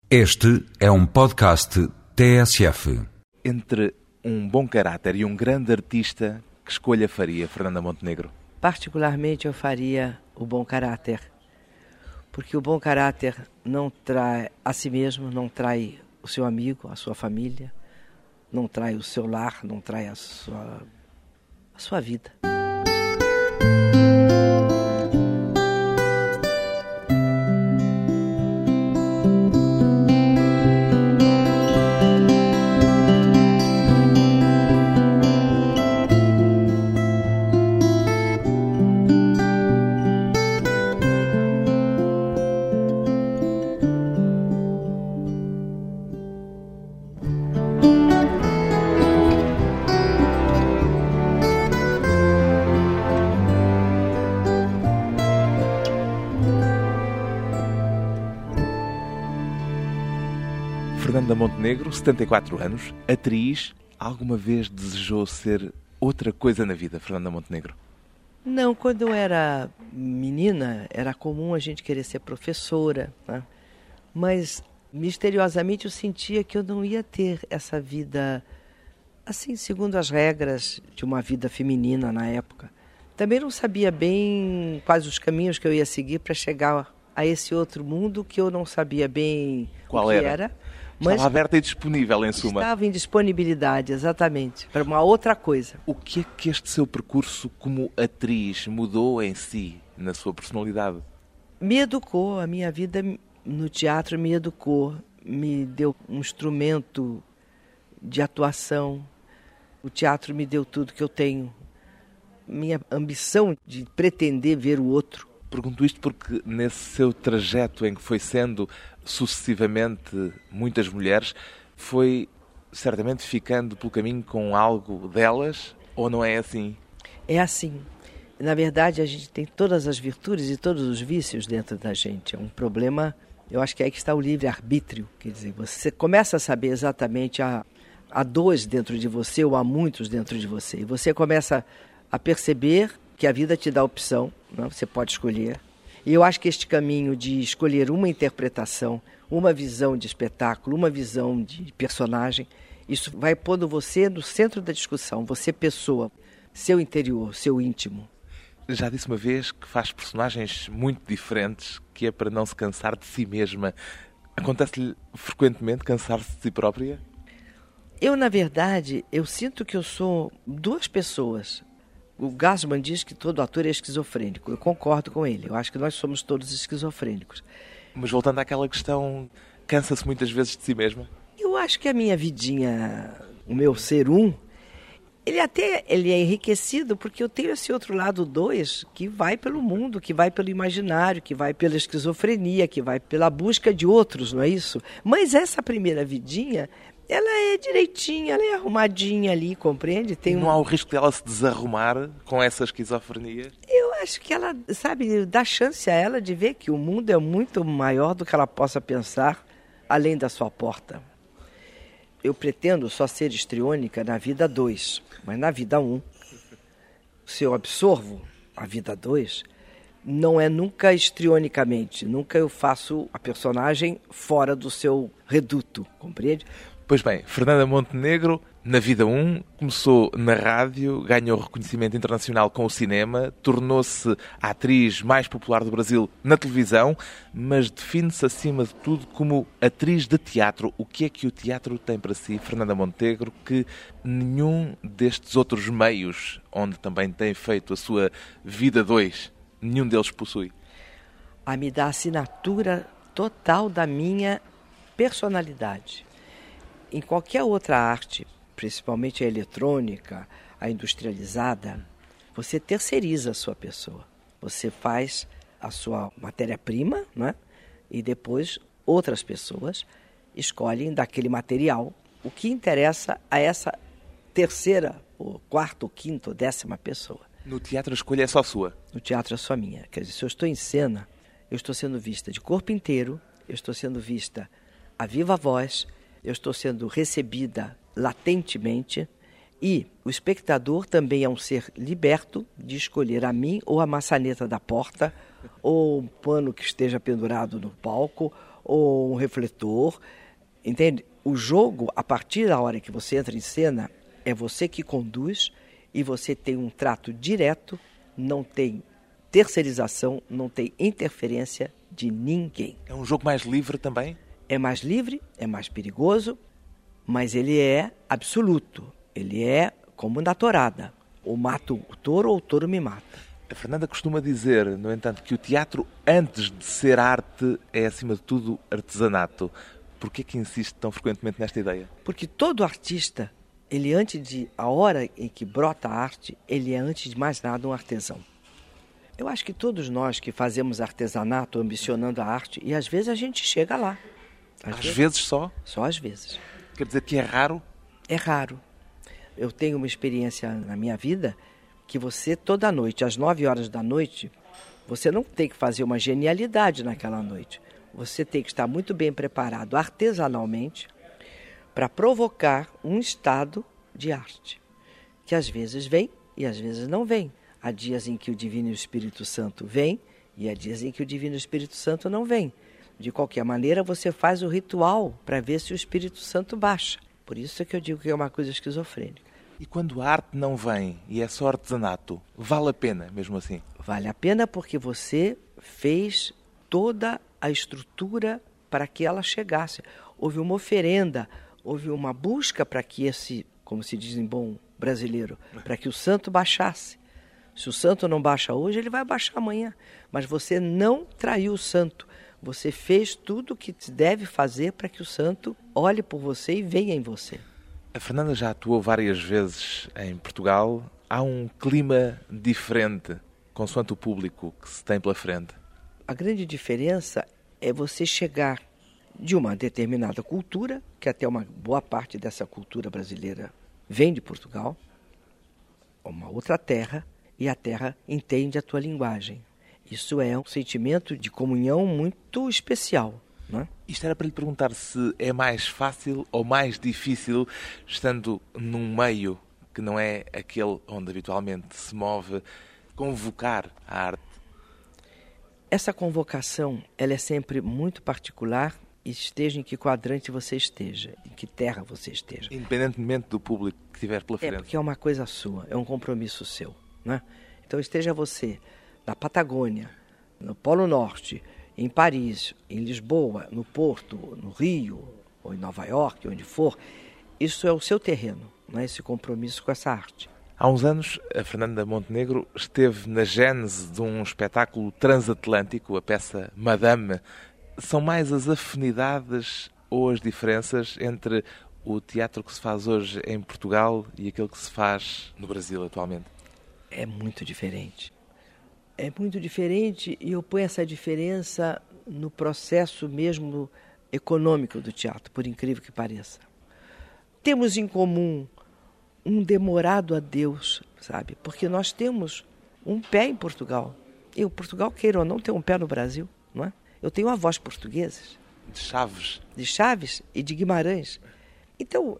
Este é um podcast TSF. Entre um bom caráter e um grande artista, que escolha faria Fernanda Montenegro? Particularmente eu faria o bom caráter, porque o bom caráter não trai a si mesmo, não trai o seu amigo, a sua família, não trai o seu lar, não trai a sua vida. Fernanda Montenegro, 74 anos, atriz. Alguma vez desejou ser outra coisa na vida, Fernanda Montenegro? Não, quando eu era menina, era comum a gente querer ser professora, né? Mas misteriosamente eu sentia que eu não ia ter essa vida, assim, segundo as regras de uma vida feminina na época. Também não sabia bem quais os caminhos que eu ia seguir para chegar a esse outro mundo que eu não sabia bem Qual o que era? era. Mas estava aberta e disponível, em suma. estava em disponibilidade, exatamente, para uma outra coisa. O que é que este seu percurso como atriz mudou em si, na sua personalidade? Me educou, a minha vida no teatro me educou, me deu um instrumento de atuação. O teatro me deu tudo que eu tenho. Minha ambição de pretender ver o outro. Pergunto isto porque nesse seu trajeto em que foi sendo sucessivamente muitas mulheres, foi certamente ficando pelo caminho com algo delas, ou não é assim? É assim. Na verdade, a gente tem todas as virtudes e todos os vícios dentro da gente. É um problema, eu acho que é aí que está o livre-arbítrio. Quer dizer, você começa a saber exatamente há dois dentro de você ou há muitos dentro de você. E você começa a perceber que a vida te dá opção, né? Você pode escolher. E eu acho que este caminho de escolher uma interpretação, uma visão de espetáculo, uma visão de personagem, isso vai pondo você no centro da discussão, você pessoa, seu interior, seu íntimo. Já disse uma vez que faz personagens muito diferentes, que é para não se cansar de si mesma. Acontece-lhe frequentemente cansar-se de si própria? Eu, na verdade, eu sinto que eu sou duas pessoas. O Gassman diz que todo ator é esquizofrênico. Eu concordo com ele. Eu acho que nós somos todos esquizofrênicos. Mas voltando àquela questão, cansa-se muitas vezes de si mesma? Eu acho que a minha vidinha, o meu ser ele é enriquecido porque eu tenho esse outro lado dois que vai pelo mundo, que vai pelo imaginário, que vai pela esquizofrenia, que vai pela busca de outros, não é isso? Mas essa primeira vidinha, ela é direitinha, ela é arrumadinha ali, compreende? Não há o risco dela se desarrumar com essa esquizofrenia? Eu acho que ela, sabe, dá chance a ela de ver que o mundo é muito maior do que ela possa pensar além da sua porta. Eu pretendo só ser histriônica na vida 2, mas na vida 1, se eu absorvo a vida 2, não é nunca histrionicamente, nunca eu faço a personagem fora do seu reduto, compreende? Pois bem, Fernanda Montenegro, na vida 1, começou na rádio, ganhou reconhecimento internacional com o cinema, tornou-se a atriz mais popular do Brasil na televisão, mas define-se acima de tudo como atriz de teatro. O que é que o teatro tem para si, Fernanda Montenegro, que nenhum destes outros meios, onde também tem feito a sua vida 2, nenhum deles possui? Me dá a assinatura total da minha personalidade. Em qualquer outra arte, principalmente a eletrônica, a industrializada, você terceiriza a sua pessoa. Você faz a sua matéria-prima, né? E depois outras pessoas escolhem daquele material o que interessa a essa terceira, ou quarta, ou quinta, ou 10ª pessoa. No teatro a escolha é só sua? No teatro é só minha. Quer dizer, se eu estou em cena, eu estou sendo vista de corpo inteiro, eu estou sendo vista a viva voz, eu estou sendo recebida latentemente e o espectador também é um ser liberto de escolher a mim ou a maçaneta da porta ou um pano que esteja pendurado no palco ou um refletor, entende? O jogo, a partir da hora que você entra em cena, é você que conduz e você tem um trato direto, não tem terceirização, não tem interferência de ninguém. É um jogo mais livre também? É mais livre, é mais perigoso, mas ele é absoluto. Ele é como na tourada. Ou mato o touro ou o touro me mata. A Fernanda costuma dizer, no entanto, que o teatro, antes de ser arte, é, acima de tudo, artesanato. Por que é que insiste tão frequentemente nesta ideia? Porque todo artista, a hora em que brota a arte, ele é, antes de mais nada, um artesão. Eu acho que todos nós que fazemos artesanato, ambicionando a arte, e às vezes a gente chega lá. Às vezes só? Só às vezes. Quer dizer que é raro? É raro. Eu tenho uma experiência na minha vida que você, toda noite, às 9 horas da noite, você não tem que fazer uma genialidade naquela noite. Você tem que estar muito bem preparado artesanalmente para provocar um estado de arte, que às vezes vem e às vezes não vem. Há dias em que o Divino Espírito Santo vem e há dias em que o Divino Espírito Santo não vem. De qualquer maneira, você faz o ritual para ver se o Espírito Santo baixa. Por isso é que eu digo que é uma coisa esquizofrênica. E quando a arte não vem e é só artesanato, vale a pena mesmo assim? Vale a pena porque você fez toda a estrutura para que ela chegasse. Houve uma oferenda, houve uma busca para que esse, como se diz em bom brasileiro, para que o santo baixasse. Se o santo não baixa hoje, ele vai baixar amanhã. Mas você não traiu o santo. Você fez tudo o que se deve fazer para que o santo olhe por você e venha em você. A Fernanda já atuou várias vezes em Portugal. Há um clima diferente, consoante o público que se tem pela frente. A grande diferença é você chegar de uma determinada cultura, que até uma boa parte dessa cultura brasileira vem de Portugal, uma outra terra, e a terra entende a tua linguagem. Isso é um sentimento de comunhão muito especial, não é? Isto era para lhe perguntar se é mais fácil ou mais difícil, estando num meio que não é aquele onde habitualmente se move, convocar a arte. Essa convocação, ela é sempre muito particular, esteja em que quadrante você esteja, em que terra você esteja. Independentemente do público que estiver pela frente. É porque é uma coisa sua, é um compromisso seu, né? Então esteja você na Patagônia, no Polo Norte, em Paris, em Lisboa, no Porto, no Rio, ou em Nova York, onde for, isso é o seu terreno, não é? Esse compromisso com essa arte. Há uns anos, a Fernanda Montenegro esteve na gênese de um espetáculo transatlântico, a peça Madame. São mais as afinidades ou as diferenças entre o teatro que se faz hoje em Portugal e aquele que se faz no Brasil atualmente? É muito diferente. É muito diferente e eu ponho essa diferença no processo mesmo econômico do teatro, por incrível que pareça. Temos em comum um demorado a Deus, sabe? Porque nós temos um pé em Portugal. Eu, Portugal, queira ou não, tem um pé no Brasil, não é? Eu tenho avós portugueses. De Chaves. De Chaves e de Guimarães. Então,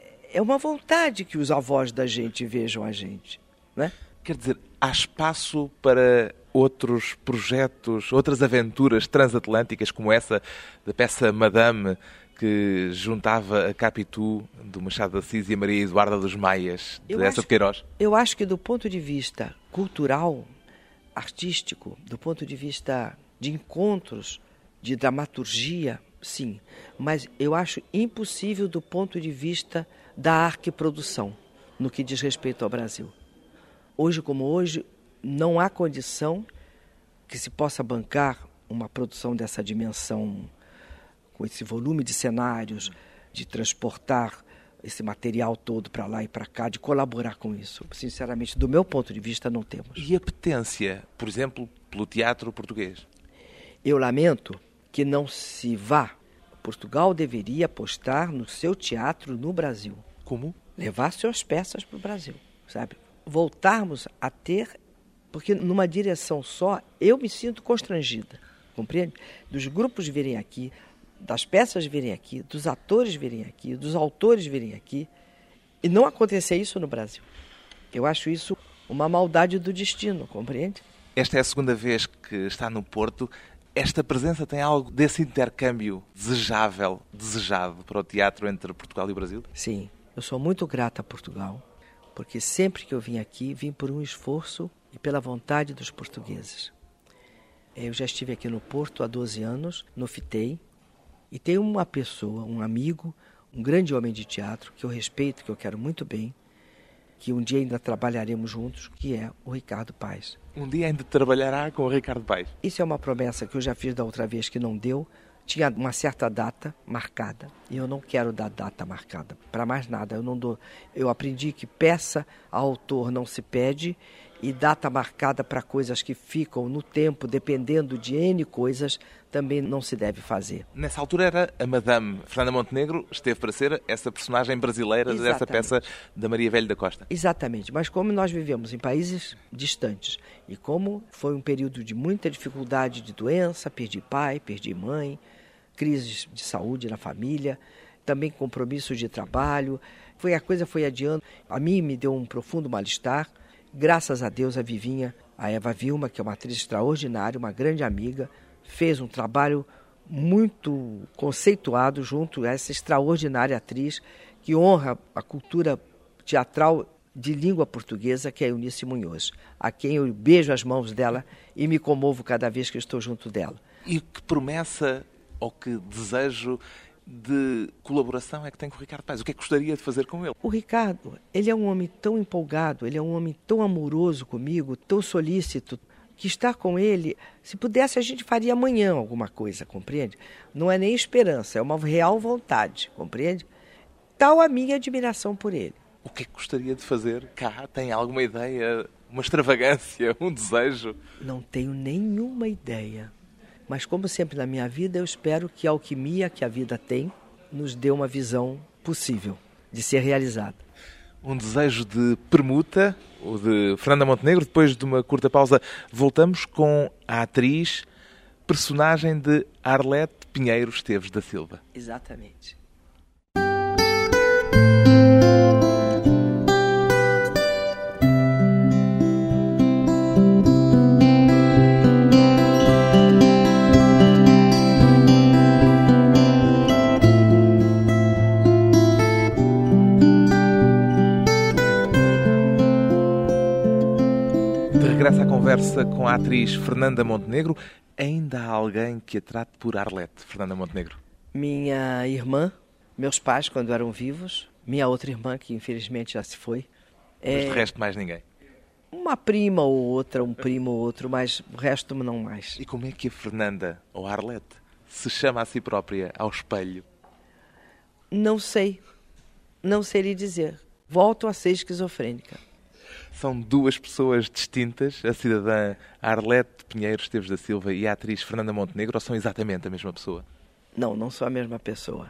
é uma vontade que os avós da gente vejam a gente, não é? Quer dizer, há espaço para outros projetos, outras aventuras transatlânticas, como essa da peça Madame, que juntava a Capitu, do Machado de Assis, e a Maria Eduarda dos Maias, de Essa de Queiroz? Eu acho que do ponto de vista cultural, artístico, do ponto de vista de encontros, de dramaturgia, sim. Mas eu acho impossível do ponto de vista da arquiprodução, no que diz respeito ao Brasil. Hoje como hoje, não há condição que se possa bancar uma produção dessa dimensão, com esse volume de cenários, de transportar esse material todo para lá e para cá, de colaborar com isso. Sinceramente, do meu ponto de vista, não temos. E a apetência, por exemplo, pelo teatro português? Eu lamento que não se vá. Portugal deveria apostar no seu teatro no Brasil. Como? Levar suas peças para o Brasil, sabe? Voltarmos a ter, porque numa direção só eu me sinto constrangida, compreende? Dos grupos virem aqui, das peças virem aqui, dos atores virem aqui, dos autores virem aqui, e não acontecer isso no Brasil. Eu acho isso uma maldade do destino, compreende? Esta é a segunda vez que está no Porto. Esta presença tem algo desse intercâmbio desejável, desejado para o teatro entre Portugal e o Brasil? Sim, eu sou muito grata a Portugal, porque sempre que eu vim aqui, vim por um esforço e pela vontade dos portugueses. Eu já estive aqui no Porto há 12 anos, no FITEI, e tem uma pessoa, um amigo, um grande homem de teatro, que eu respeito, que eu quero muito bem, que um dia ainda trabalharemos juntos, que é o Ricardo Paes. Um dia ainda trabalhará com o Ricardo Paes. Isso é uma promessa que eu já fiz da outra vez que não deu. Tinha uma certa data marcada e eu não quero dar data marcada para mais nada. Eu não dou. Eu aprendi que peça ao autor não se pede e data marcada para coisas que ficam no tempo, dependendo de N coisas, também não se deve fazer. Nessa altura era a Madame Fernanda Montenegro, esteve para ser essa personagem brasileira dessa peça da Maria Velho da Costa. Exatamente, mas como nós vivemos em países distantes e como foi um período de muita dificuldade de doença, perdi pai, perdi mãe, crises de saúde na família, também compromissos de trabalho, a coisa foi adiando. A mim me deu um profundo mal-estar. Graças a Deus, a Vivinha, a Eva Vilma, que é uma atriz extraordinária, uma grande amiga, fez um trabalho muito conceituado junto a essa extraordinária atriz que honra a cultura teatral de língua portuguesa, que é Eunice Munhoz, a quem eu beijo as mãos dela e me comovo cada vez que estou junto dela. E que promessa ou que desejo de colaboração é que tem com o Ricardo Paes? O que é que gostaria de fazer com ele? O Ricardo, ele é um homem tão empolgado, ele é um homem tão amoroso comigo, tão solícito, que estar com ele, se pudesse a gente faria amanhã alguma coisa, compreende? Não é nem esperança, é uma real vontade, compreende? Tal a minha admiração por ele. O que é que gostaria de fazer cá? Tem alguma ideia, uma extravagância, um desejo? Não tenho nenhuma ideia. Mas, como sempre na minha vida, eu espero que a alquimia que a vida tem nos dê uma visão possível de ser realizada. Um desejo de permuta, o de Fernanda Montenegro. Depois de uma curta pausa, voltamos com a atriz, personagem de Arlete Pinheiro Esteves da Silva. Exatamente. Regressa à conversa com a atriz Fernanda Montenegro. Ainda há alguém que a trate por Arlete, Fernanda Montenegro? Minha irmã, meus pais quando eram vivos, minha outra irmã que infelizmente já se foi. Mas de resto mais ninguém? Uma prima ou outra, um primo ou outro, mas o resto não mais. E como é que a Fernanda, ou a Arlete, se chama a si própria ao espelho? Não sei lhe dizer. Volto a ser esquizofrênica. São duas pessoas distintas, a cidadã Arlete Pinheiro Esteves da Silva e a atriz Fernanda Montenegro, ou são exatamente a mesma pessoa? Não sou a mesma pessoa.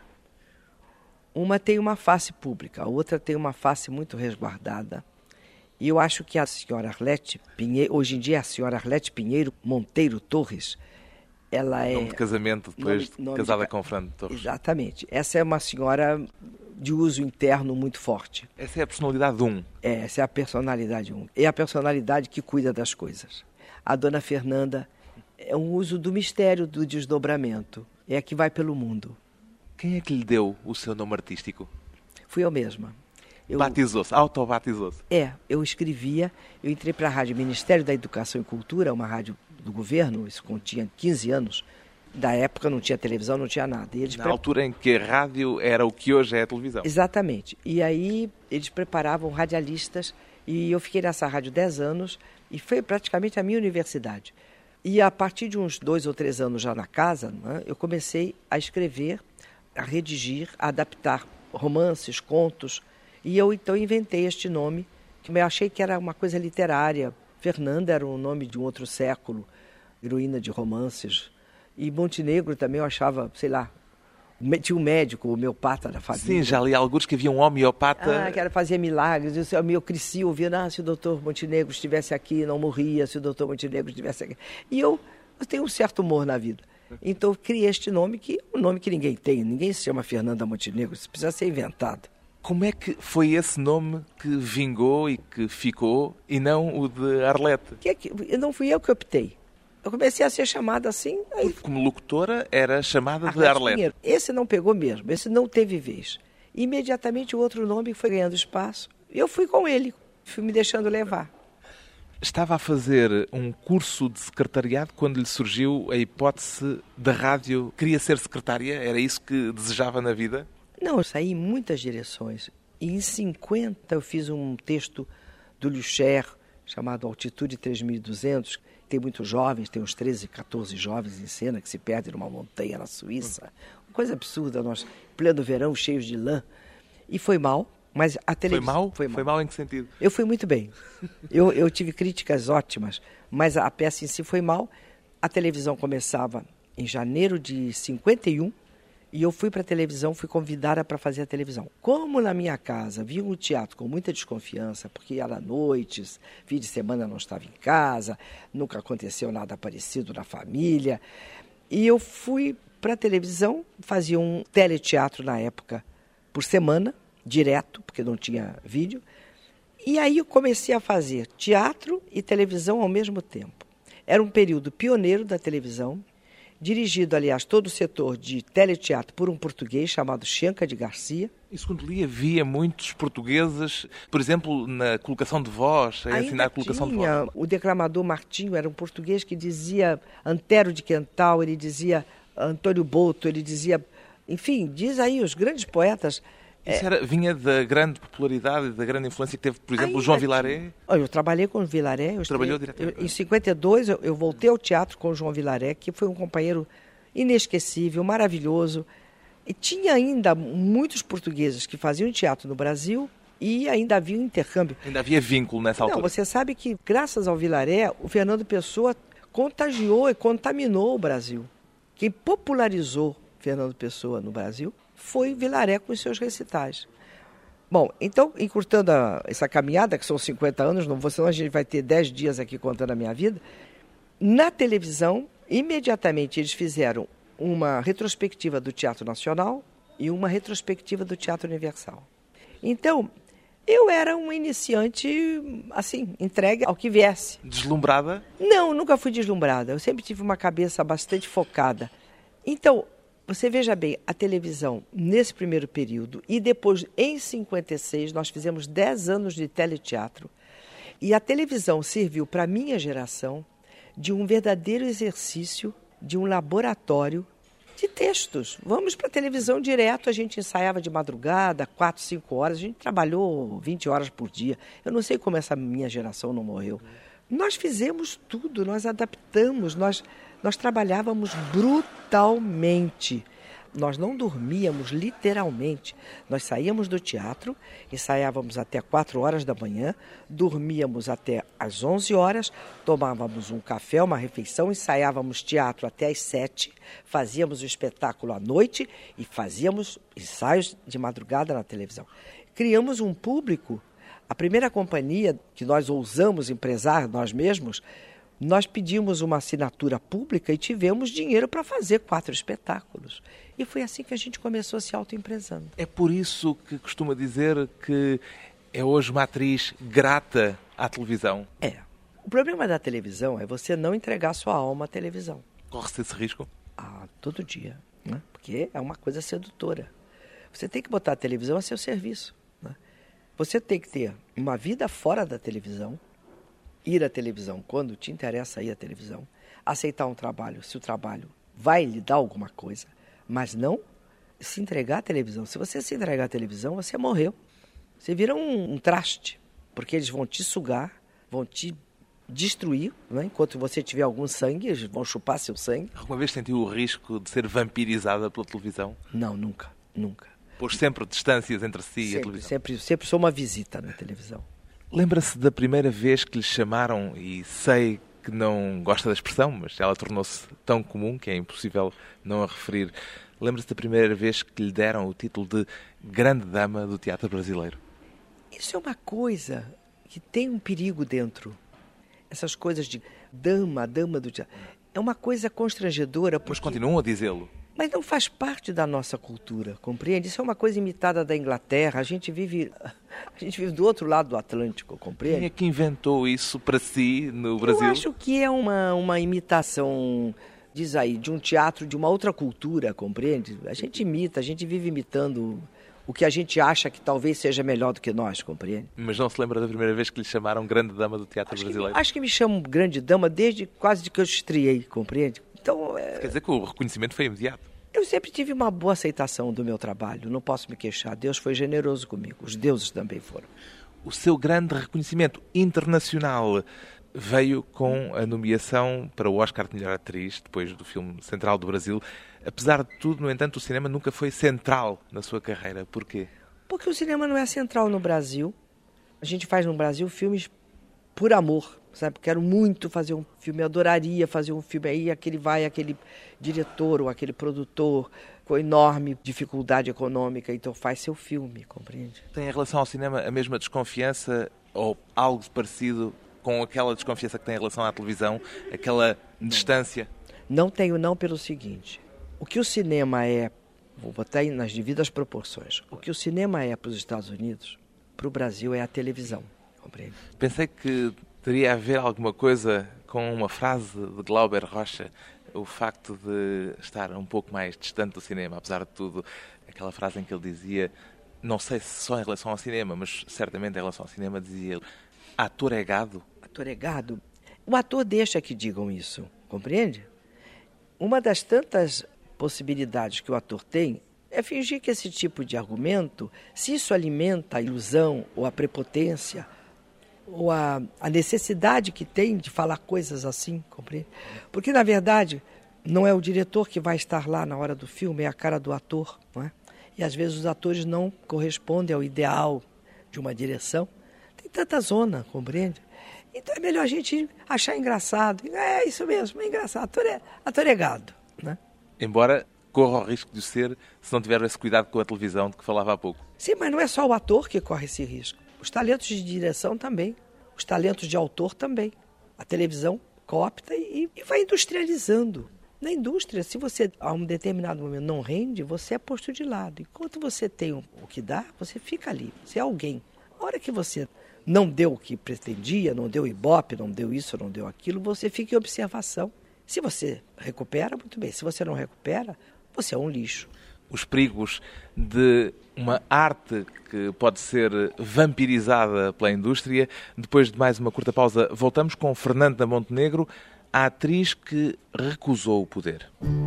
Uma tem uma face pública, a outra tem uma face muito resguardada. E eu acho que a senhora Arlete Pinheiro, hoje em dia a senhora Arlete Pinheiro Monteiro Torres, ela é... Nome de casamento depois casada com Fernando Torres. Exatamente. Essa é uma senhora de uso interno muito forte. Essa é a personalidade 1. Essa é a personalidade 1. É a personalidade que cuida das coisas. A dona Fernanda é um uso do mistério, do desdobramento. É a que vai pelo mundo. Quem é que lhe deu o seu nome artístico? Fui eu mesma. Batizou-se, autobatizou-se. Eu escrevia, eu entrei para a rádio Ministério da Educação e Cultura, uma rádio do governo, isso tinha 15 anos. Da época não tinha televisão, não tinha nada. E Na altura em que a rádio era o que hoje é a televisão. Exatamente. E aí eles preparavam radialistas e eu fiquei nessa rádio 10 anos e foi praticamente a minha universidade. E a partir de uns 2 ou 3 anos já na casa, né, eu comecei a escrever, a redigir, a adaptar romances, contos. E eu então inventei este nome, que eu achei que era uma coisa literária. Fernanda era um nome de um outro século, heroína de romances. E Montenegro também eu achava, sei lá, tinha um médico, o homeopata da família. Sim, já li alguns que havia um homeopata. Que fazia milagres. Eu cresci ouvindo, se o doutor Montenegro estivesse aqui, não morria, se o doutor Montenegro estivesse aqui. E eu tenho um certo humor na vida. Então eu criei este nome, que é um nome que ninguém tem. Ninguém se chama Fernanda Montenegro, isso precisa ser inventado. Como é que foi esse nome que vingou e que ficou, e não o de Arlete? Não fui eu que optei. Eu comecei a ser chamada assim. Aí... Como locutora, era chamada de Arlete Arlete. Pinheiro. Esse não pegou mesmo, esse não teve vez. Imediatamente o outro nome foi ganhando espaço. Eu fui com ele, fui me deixando levar. Estava a fazer um curso de secretariado quando lhe surgiu a hipótese da rádio. Queria ser secretária? Era isso que desejava na vida? Não, eu saí em muitas direções. E em 50 eu fiz um texto do Lucher, chamado Altitude 3200. Tem muitos jovens, tem uns 13, 14 jovens em cena que se perdem numa montanha na Suíça. Uma coisa absurda, nós, pleno verão, cheios de lã. E foi mal, mas a televisão... Foi mal? Foi mal em que sentido? Eu fui muito bem. Eu tive críticas ótimas, mas a peça em si foi mal. A televisão começava em janeiro de 51 e eu fui para a televisão, fui convidada para fazer a televisão. Como na minha casa vi o teatro com muita desconfiança, porque era noites, fim de semana não estava em casa, nunca aconteceu nada parecido na família, e eu fui para a televisão, fazia um teleteatro na época por semana, direto, porque não tinha vídeo. E aí eu comecei a fazer teatro e televisão ao mesmo tempo. Era um período pioneiro da televisão, dirigido, aliás, todo o setor de teleteatro por um português chamado Chianca de Garcia. E segundo li, havia muitos portugueses, por exemplo, na colocação de voz, a ensinar a colocação de voz. O declamador Martinho era um português que dizia Antero de Quental, ele dizia Antônio Boto, ele dizia... Enfim, diz aí os grandes poetas... Isso vinha da grande popularidade e da grande influência que teve, por exemplo, o João Vilaré? Eu trabalhei com o Vilaré. Trabalhou diretamente? Em 52, eu voltei ao teatro com o João Vilaré, que foi um companheiro inesquecível, maravilhoso. E tinha ainda muitos portugueses que faziam teatro no Brasil e ainda havia um intercâmbio. Ainda havia vínculo nessa altura? Não, você sabe que, graças ao Vilaré, o Fernando Pessoa contagiou e contaminou o Brasil. Quem popularizou Fernando Pessoa no Brasil foi Vilaré com os seus recitais. Bom, então, encurtando essa caminhada, que são 50 anos, senão a gente vai ter 10 dias aqui contando a minha vida, na televisão, imediatamente eles fizeram uma retrospectiva do Teatro Nacional e uma retrospectiva do Teatro Universal. Então, eu era uma iniciante, assim, entregue ao que viesse. Deslumbrada? Não, nunca fui deslumbrada. Eu sempre tive uma cabeça bastante focada. Então, você veja bem, a televisão, nesse primeiro período, e depois, em 56, nós fizemos 10 anos de teleteatro, e a televisão serviu para a minha geração de um verdadeiro exercício, de um laboratório de textos. Vamos para a televisão direto, a gente ensaiava de madrugada, 4, 5 horas, a gente trabalhou 20 horas por dia. Eu não sei como essa minha geração não morreu. Nós fizemos tudo, nós adaptamos, nós trabalhávamos brutalmente. Nós não dormíamos literalmente. Nós saíamos do teatro, ensaiávamos até 4 horas da manhã, dormíamos até às 11 horas, tomávamos um café, uma refeição, ensaiávamos teatro até às 7, fazíamos o espetáculo à noite e fazíamos ensaios de madrugada na televisão. Criamos um público. A primeira companhia que nós ousamos empresar nós mesmos, nós pedimos uma assinatura pública e tivemos dinheiro para fazer 4 espetáculos. E foi assim que a gente começou a se autoempresando. É por isso que costuma dizer que é hoje uma atriz grata à televisão? É. O problema da televisão é você não entregar sua alma à televisão. Corre-se esse risco? Todo dia, né? Porque é uma coisa sedutora. Você tem que botar a televisão a seu serviço. Você tem que ter uma vida fora da televisão, ir à televisão quando te interessa ir à televisão, aceitar um trabalho se o trabalho vai lhe dar alguma coisa, mas não se entregar à televisão. Se você se entregar à televisão, você morreu. Você vira um traste, porque eles vão te sugar, vão te destruir, né? Enquanto você tiver algum sangue, eles vão chupar seu sangue. Alguma vez sentiu o risco de ser vampirizada pela televisão? Não, nunca. Pôs sempre distâncias entre si e a televisão? Sempre sou uma visita na televisão. Lembra-se da primeira vez que lhe chamaram, e sei que não gosta da expressão, mas ela tornou-se tão comum que é impossível não a referir. Lembra-se da primeira vez que lhe deram o título de Grande Dama do Teatro Brasileiro? Isso é uma coisa que tem um perigo dentro. Essas coisas de dama do teatro. É uma coisa constrangedora. Mas continuam a dizê-lo? Mas não faz parte da nossa cultura, compreende? Isso é uma coisa imitada da Inglaterra, a gente vive do outro lado do Atlântico, compreende? Quem é que inventou isso para si no Brasil? Eu acho que é uma imitação, diz aí, de um teatro de uma outra cultura, compreende? A gente imita, a gente vive imitando o que a gente acha que talvez seja melhor do que nós, compreende? Mas não se lembra da primeira vez que lhe chamaram grande dama do teatro brasileiro? Acho que me chamam grande dama desde quase que eu estreiei, compreende? Então, Quer dizer que o reconhecimento foi imediato. Eu sempre tive uma boa aceitação do meu trabalho, não posso me queixar. Deus foi generoso comigo, os deuses também foram. O seu grande reconhecimento internacional veio com a nomeação para o Oscar de Melhor Atriz, depois do filme Central do Brasil. Apesar de tudo, no entanto, o cinema nunca foi central na sua carreira. Porquê? Porque o cinema não é central no Brasil. A gente faz no Brasil filmes por amor, sabe? Quero muito fazer um filme, eu adoraria fazer um filme. Aí aquele diretor ou aquele produtor com enorme dificuldade econômica, então faz seu filme, compreende? Tem em relação ao cinema a mesma desconfiança ou algo parecido com aquela desconfiança que tem em relação à televisão, aquela distância? Não tenho não pelo seguinte, o que o cinema é, vou botar aí nas devidas proporções, o que o cinema é para os Estados Unidos, para o Brasil é a televisão, compreende? Pensei que teria a ver alguma coisa com uma frase de Glauber Rocha, o facto de estar um pouco mais distante do cinema, apesar de tudo, aquela frase em que ele dizia, não sei se só em relação ao cinema, mas certamente em relação ao cinema, dizia ele, ator é gado. Ator é gado? O ator deixa que digam isso, compreende? Uma das tantas possibilidades que o ator tem é fingir que esse tipo de argumento, se isso alimenta a ilusão ou a prepotência, ou a necessidade que tem de falar coisas assim, compreende? Porque, na verdade, não é o diretor que vai estar lá na hora do filme, é a cara do ator, não é? E, às vezes, os atores não correspondem ao ideal de uma direção. Tem tanta zona, compreende? Então, é melhor a gente achar engraçado. É isso mesmo, é engraçado. Ator é gado, né? Embora corra o risco de o ser se não tiver esse cuidado com a televisão de que falava há pouco. Sim, mas não é só o ator que corre esse risco. Os talentos de direção também. Os talentos de autor também. A televisão coopta e vai industrializando. Na indústria, se você a um determinado momento não rende, você é posto de lado. Enquanto você tem o que dá, você fica ali. Você é alguém. A hora que você não deu o que pretendia, não deu ibope, não deu isso, não deu aquilo, você fica em observação. Se você recupera, muito bem. Se você não recupera, você é um lixo. Os perigos de uma arte que pode ser vampirizada pela indústria. Depois de mais uma curta pausa, voltamos com Fernanda Montenegro, a atriz que recusou o poder.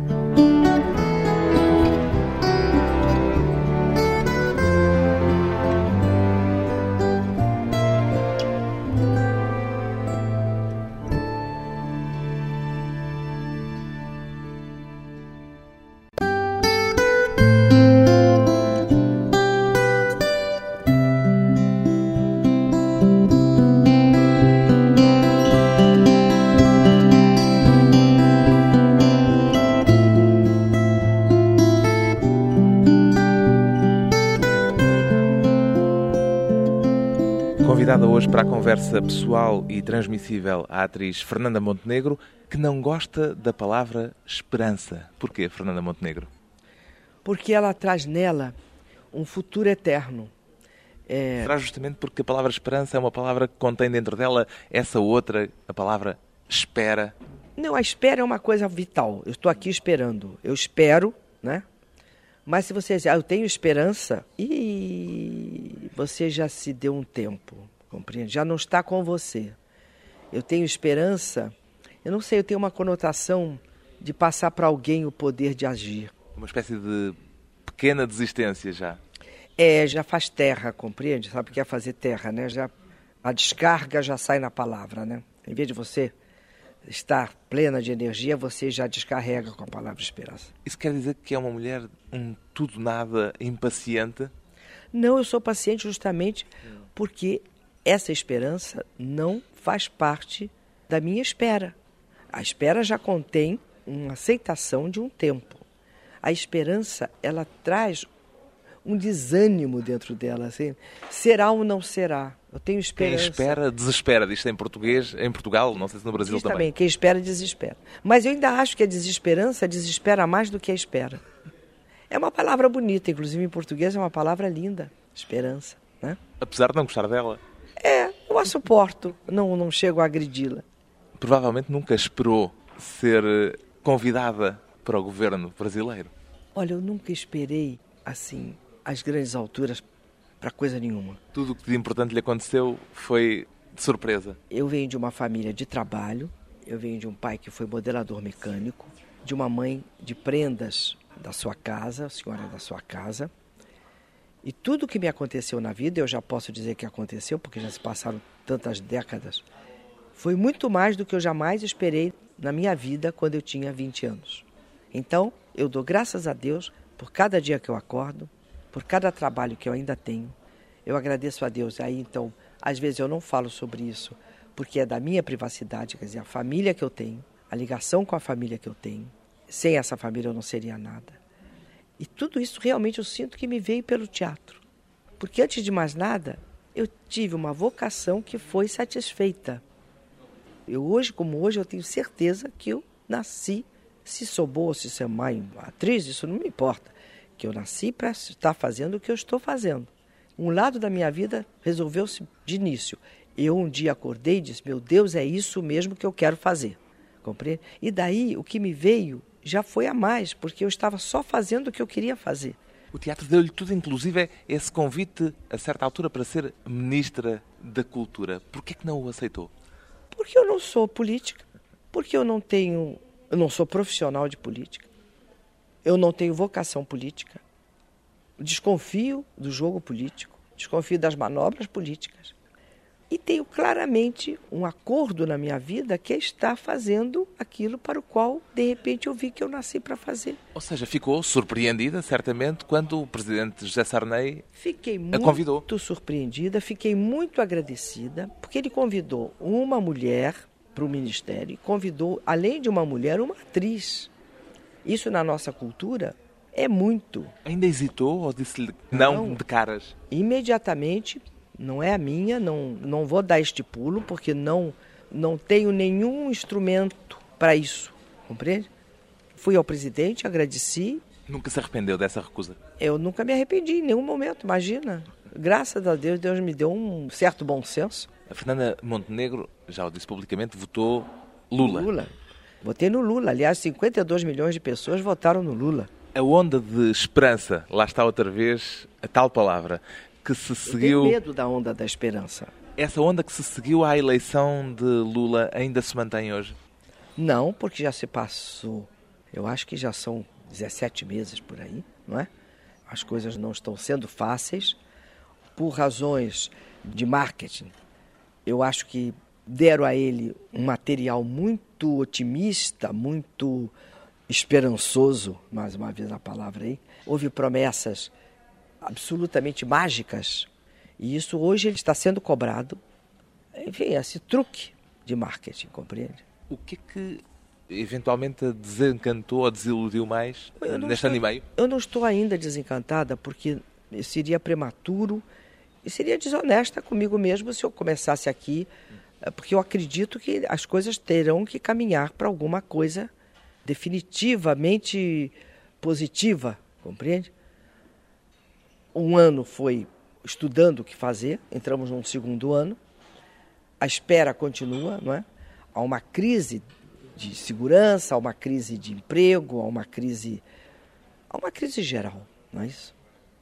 Convidada hoje para a conversa pessoal e transmissível a atriz Fernanda Montenegro, que não gosta da palavra esperança. Porquê, Fernanda Montenegro? Porque ela traz nela um futuro eterno. Será justamente porque a palavra esperança é uma palavra que contém dentro dela essa outra, a palavra espera? Não, a espera é uma coisa vital. Eu estou aqui esperando. Eu espero, né? Mas se você dizer, eu tenho esperança, e você já se deu um tempo, compreende? Já não está com você. Eu tenho esperança, eu não sei, eu tenho uma conotação de passar para alguém o poder de agir. Uma espécie de pequena desistência já. Já faz terra, compreende? Sabe o que é fazer terra, né? A descarga já sai na palavra, né? Em vez de você estar plena de energia, você já descarrega com a palavra esperança. Isso quer dizer que é uma mulher tudo-nada impaciente? Não, eu sou paciente justamente porque essa esperança não faz parte da minha espera. A espera já contém uma aceitação de um tempo. A esperança, ela traz um desânimo dentro dela. Assim, será ou não será? Eu tenho esperança. Quem espera, desespera, diz em português, em Portugal, não sei se no Brasil também. Quem espera, desespera. Mas eu ainda acho que a desesperança desespera mais do que a espera. É uma palavra bonita, inclusive em português é uma palavra linda, esperança. Né? Apesar de não gostar dela. Eu a suporto, não chego a agredi-la. Provavelmente nunca esperou ser convidada para o governo brasileiro. Olha, eu nunca esperei, assim, as grandes alturas para coisa nenhuma. Tudo o que de importante lhe aconteceu foi de surpresa. Eu venho de uma família de trabalho, eu venho de um pai que foi modelador mecânico, de uma mãe de prendas da sua casa, senhora da sua casa. E tudo que me aconteceu na vida, eu já posso dizer que aconteceu, porque já se passaram tantas décadas, foi muito mais do que eu jamais esperei na minha vida quando eu tinha 20 anos. Então, eu dou graças a Deus por cada dia que eu acordo, por cada trabalho que eu ainda tenho. Eu agradeço a Deus. Aí, então, às vezes eu não falo sobre isso, porque é da minha privacidade, quer dizer, a família que eu tenho, a ligação com a família que eu tenho. Sem essa família eu não seria nada. E tudo isso realmente eu sinto que me veio pelo teatro. Porque antes de mais nada, eu tive uma vocação que foi satisfeita. Hoje, eu tenho certeza que eu nasci, se sou boa ou se sou má atriz, isso não me importa. Que eu nasci para estar fazendo o que eu estou fazendo. Um lado da minha vida resolveu-se de início. Eu um dia acordei e disse, meu Deus, é isso mesmo que eu quero fazer. Compreende? E daí, o que me veio já foi a mais, porque eu estava só fazendo o que eu queria fazer. O teatro deu-lhe tudo, inclusive esse convite, a certa altura, para ser Ministra da Cultura. Por que é que não o aceitou? Porque eu não sou política, porque eu não sou profissional de política, eu não tenho vocação política, desconfio do jogo político, desconfio das manobras políticas. E tenho claramente um acordo na minha vida que é estar fazendo aquilo para o qual, de repente, eu vi que eu nasci para fazer. Ou seja, ficou surpreendida, certamente, quando o presidente José Sarney a convidou. Fiquei muito surpreendida, fiquei muito agradecida, porque ele convidou uma mulher para o ministério e convidou, além de uma mulher, uma atriz. Isso na nossa cultura é muito. Ainda hesitou ou disse-lhe não de caras? Imediatamente. Não é a minha, não vou dar este pulo, porque não tenho nenhum instrumento para isso, compreende? Fui ao presidente, agradeci. Nunca se arrependeu dessa recusa? Eu nunca me arrependi em nenhum momento, imagina. Graças a Deus, Deus me deu um certo bom senso. A Fernanda Montenegro, já o disse publicamente, votou Lula. Votei no Lula, aliás, 52 milhões de pessoas votaram no Lula. A onda de esperança, lá está outra vez a tal palavra, que se seguiu... Eu tenho medo da onda da esperança. Essa onda que se seguiu à eleição de Lula ainda se mantém hoje? Não, porque já se passou, eu acho que já são 17 meses por aí, não é? As coisas não estão sendo fáceis, por razões de marketing. Eu acho que deram a ele um material muito otimista, muito esperançoso, mais uma vez a palavra aí. Houve promessas absolutamente mágicas, e isso hoje ele está sendo cobrado. Enfim, esse truque de marketing, compreende? O que é que eventualmente a desencantou ou desiludiu mais neste ano e meio? Eu não estou ainda desencantada, porque seria prematuro e seria desonesta comigo mesmo se eu começasse aqui, porque eu acredito que as coisas terão que caminhar para alguma coisa definitivamente positiva, compreende? Um ano foi estudando o que fazer, entramos num segundo ano, a espera continua, não é? Há uma crise de segurança, há uma crise de emprego, há uma crise geral, não é isso?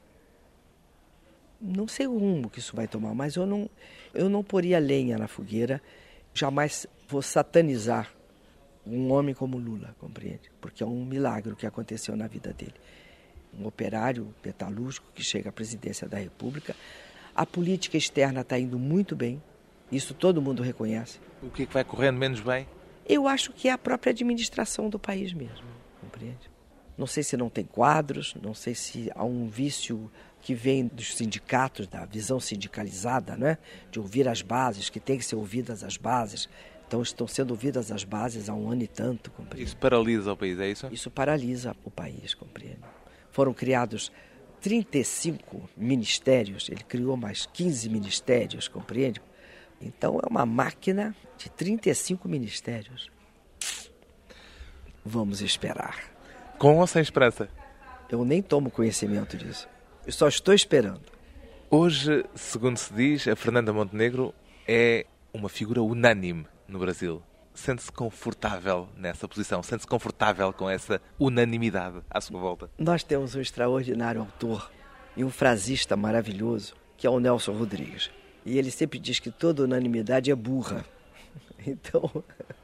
Não sei o rumo que isso vai tomar, mas eu não poria lenha na fogueira, jamais vou satanizar um homem como Lula, compreende? Porque é um milagre o que aconteceu na vida dele. Um operário metalúrgico que chega à presidência da República. A política externa está indo muito bem, isso todo mundo reconhece. O que é que vai correndo menos bem? Eu acho que é a própria administração do país mesmo, compreende? Não sei se não tem quadros, não sei se há um vício que vem dos sindicatos, da visão sindicalizada, né? De ouvir as bases, que tem que ser ouvidas as bases. Então estão sendo ouvidas as bases há um ano e tanto, compreende? Isso paralisa o país, é isso? Isso paralisa o país, compreende? Foram criados 35 ministérios, ele criou mais 15 ministérios, compreende? Então é uma máquina de 35 ministérios. Vamos esperar. Com ou sem esperança? Eu nem tomo conhecimento disso. Eu só estou esperando. Hoje, segundo se diz, a Fernanda Montenegro é uma figura unânime no Brasil. Sente-se confortável nessa posição? Sente-se confortável com essa unanimidade à sua volta? Nós temos um extraordinário autor e um frasista maravilhoso, que é o Nelson Rodrigues. E ele sempre diz que toda unanimidade é burra. Então,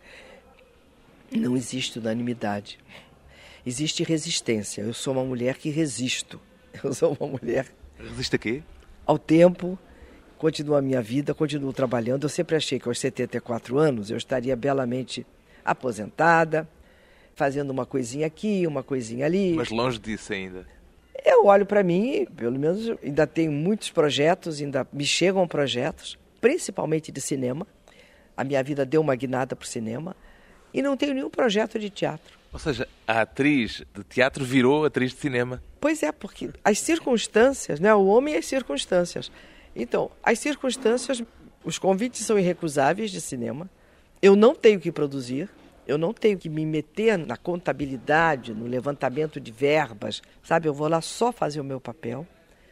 não existe unanimidade. Existe resistência. Eu sou uma mulher que resisto. Eu sou uma mulher... Resiste a quê? Ao tempo, continuo a minha vida, continuo trabalhando. Eu sempre achei que aos 74 anos eu estaria belamente aposentada, fazendo uma coisinha aqui, uma coisinha ali. Mas longe disso ainda. Eu olho para mim, pelo menos ainda tenho muitos projetos, ainda me chegam projetos, principalmente de cinema. A minha vida deu uma guinada para o cinema e não tenho nenhum projeto de teatro. Ou seja, a atriz de teatro virou atriz de cinema. Pois é, porque as circunstâncias, né? O homem e as circunstâncias. Então, as circunstâncias, os convites são irrecusáveis de cinema. Eu não tenho que produzir, eu não tenho que me meter na contabilidade, no levantamento de verbas, sabe? Eu vou lá só fazer o meu papel.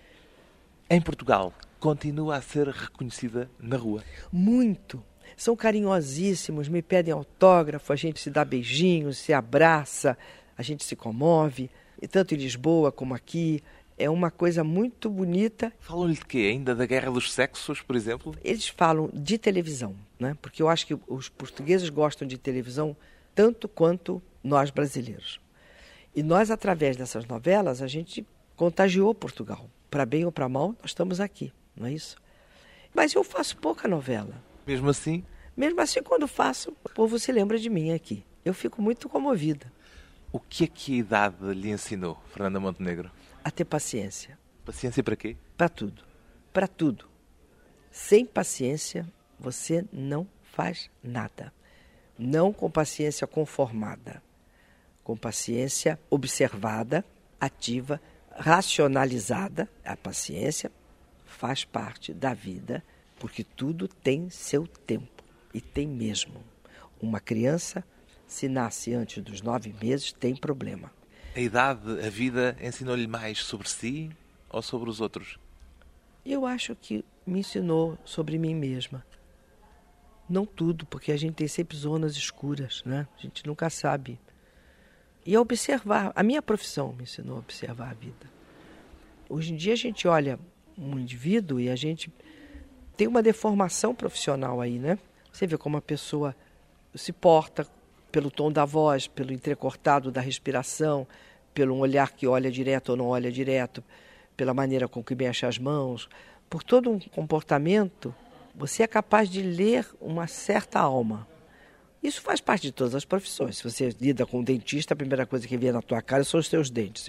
Em Portugal, continua a ser reconhecida na rua? Muito. São carinhosíssimos, me pedem autógrafo, a gente se dá beijinhos, se abraça, a gente se comove, e tanto em Lisboa como aqui. É uma coisa muito bonita. Falam-lhe de quê? Ainda da guerra dos sexos, por exemplo? Eles falam de televisão, né? Porque eu acho que os portugueses gostam de televisão tanto quanto nós brasileiros. E nós, através dessas novelas, a gente contagiou Portugal. Para bem ou para mal, nós estamos aqui, não é isso? Mas eu faço pouca novela. Mesmo assim? Mesmo assim, quando faço, o povo se lembra de mim aqui. Eu fico muito comovida. O que é que a idade lhe ensinou, Fernanda Montenegro? A ter paciência. Paciência para quê? Para tudo. Para tudo. Sem paciência, você não faz nada. Não com paciência conformada. Com paciência observada, ativa, racionalizada. A paciência faz parte da vida, porque tudo tem seu tempo. E tem mesmo. Uma criança, se nasce antes dos 9 meses, tem problema. A idade, a vida, ensinou-lhe mais sobre si ou sobre os outros? Eu acho que me ensinou sobre mim mesma. Não tudo, porque a gente tem sempre zonas escuras, né? A gente nunca sabe. E a observar. A minha profissão me ensinou a observar a vida. Hoje em dia a gente olha um indivíduo e a gente tem uma deformação profissional aí, né? Você vê como a pessoa se porta pelo tom da voz, pelo entrecortado da respiração, pelo um olhar que olha direto ou não olha direto, pela maneira com que mexe as mãos, por todo um comportamento, você é capaz de ler uma certa alma. Isso faz parte de todas as profissões. Se você lida com um dentista, a primeira coisa que vem na tua cara são os seus dentes.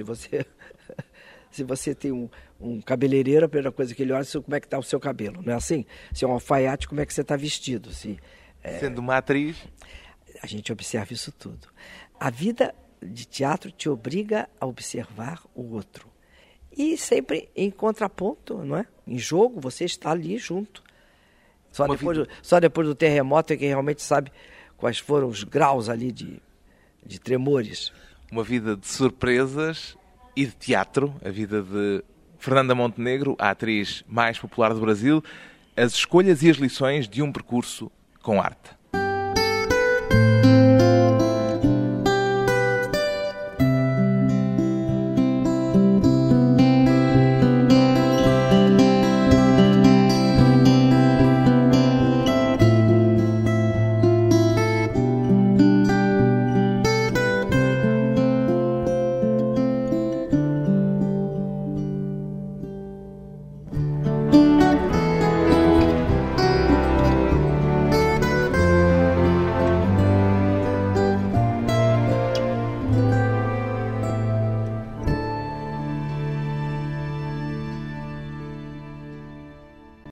Se você tem um cabeleireiro, a primeira coisa que ele olha é como é que está o seu cabelo, não é assim? Se é um alfaiate, como é que você está vestido? Sendo uma atriz... A gente observa isso tudo. A vida de teatro te obriga a observar o outro. E sempre em contraponto, não é? Em jogo, você está ali junto. Só depois do terremoto é que realmente sabe quais foram os graus ali de tremores. Uma vida de surpresas e de teatro. A vida de Fernanda Montenegro, a atriz mais popular do Brasil. As escolhas e as lições de um percurso com arte.